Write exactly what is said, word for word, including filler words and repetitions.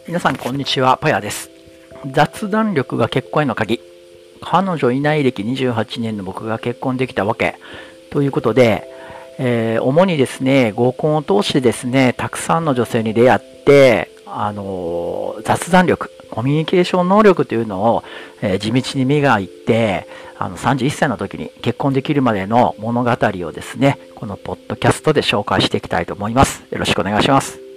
皆さんこんにちは、パヤです。雑談力が結婚への鍵。彼女いない歴にじゅうはちねんの僕が結婚できたわけということで、えー主にですね、合コンを通してですね、たくさんの女性に出会って、あのー雑談力、コミュニケーション能力というのを、えー地道に磨いて、あのさんじゅういっさいの時に結婚できるまでの物語をですね、このポッドキャストで紹介していきたいと思います。よろしくお願いします。